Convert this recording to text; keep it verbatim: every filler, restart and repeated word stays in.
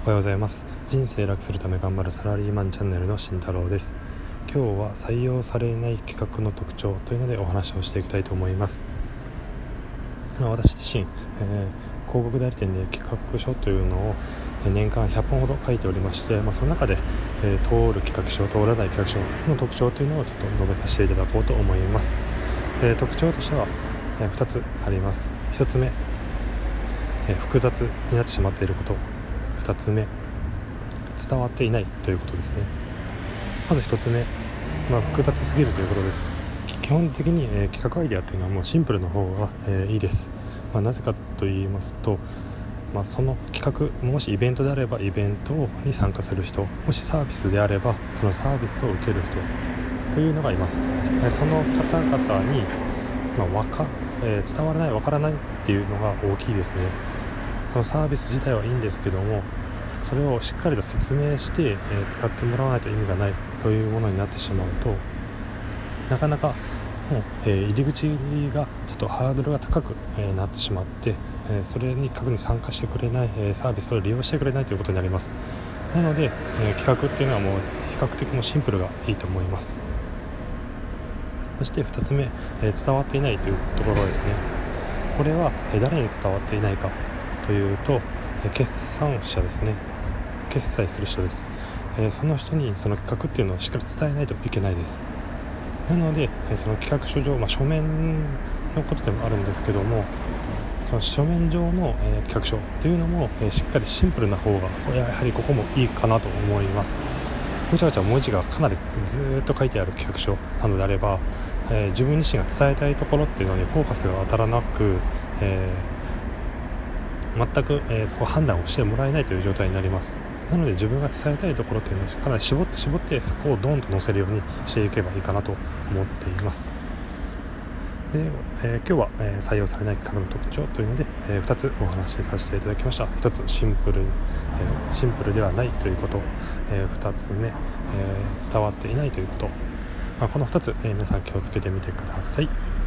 おはようございます。人生楽するため頑張るサラリーマンチャンネルの慎太郎です。今日は採用されない企画の特徴というのでお話をしていきたいと思います。私自身、えー、広告代理店で企画書というのを年間ひゃっぽんほど書いておりまして、まあ、その中で、えー、通る企画書、通らない企画書の特徴というのをちょっと述べさせていただこうと思います。えー、特徴としては、えー、ふたつあります。ひとつめ、えー、複雑になってしまっていること。ふたつめ、伝わっていないということですね。まずひとつめ、まあ、複雑すぎるということです。基本的に、えー、企画アイデアというのはもうシンプルの方が、えー、いいです。まあ、なぜかと言いますと、まあ、その企画、もしイベントであればイベントに参加する人、もしサービスであればそのサービスを受ける人というのがいます。えー、その方々に、まあわかえー、伝わらない、わからないっていうのが大きいですね。そのサービス自体はいいんですけども、それをしっかりと説明して、えー、使ってもらわないと意味がないというものになってしまうと、なかなかもう、えー、入り口がちょっとハードルが高く、えー、なってしまって、えー、それに確に参加してくれない、えー、サービスを利用してくれないということになります。なので、えー、企画っていうのはもう比較的もシンプルがいいと思います。そしてふたつめ、えー、伝わっていないというところですね。これは、えー、誰に伝わっていないかというと、えー、決算者ですね。決済する人です。えー、その人にその企画っていうのをしっかり伝えないといけないです。なので、えー、その企画書上、まあ、書面のことでもあるんですけども、その書面上の、えー、企画書っていうのも、えー、しっかりシンプルな方がやはりここもいいかなと思います。ごちゃごちゃ文字がかなりずーっと書いてある企画書なのであれば、えー、自分自身が伝えたいところっていうのにフォーカスが当たらなく、えー、全く、えー、そこ判断をしてもらえないという状態になります。なので自分が伝えたいところっていうのをかなり絞って絞ってそこをどんどん載せるようにしていけばいいかなと思っています。で、えー、今日は、えー、採用されない企画の特徴というので、えー、ふたつお話しさせていただきました。ひとつシンプル、えー、シンプルではないということ、えー、ふたつめ、えー、伝わっていないということ、まあ、このふたつ、えー、皆さん気をつけてみてください。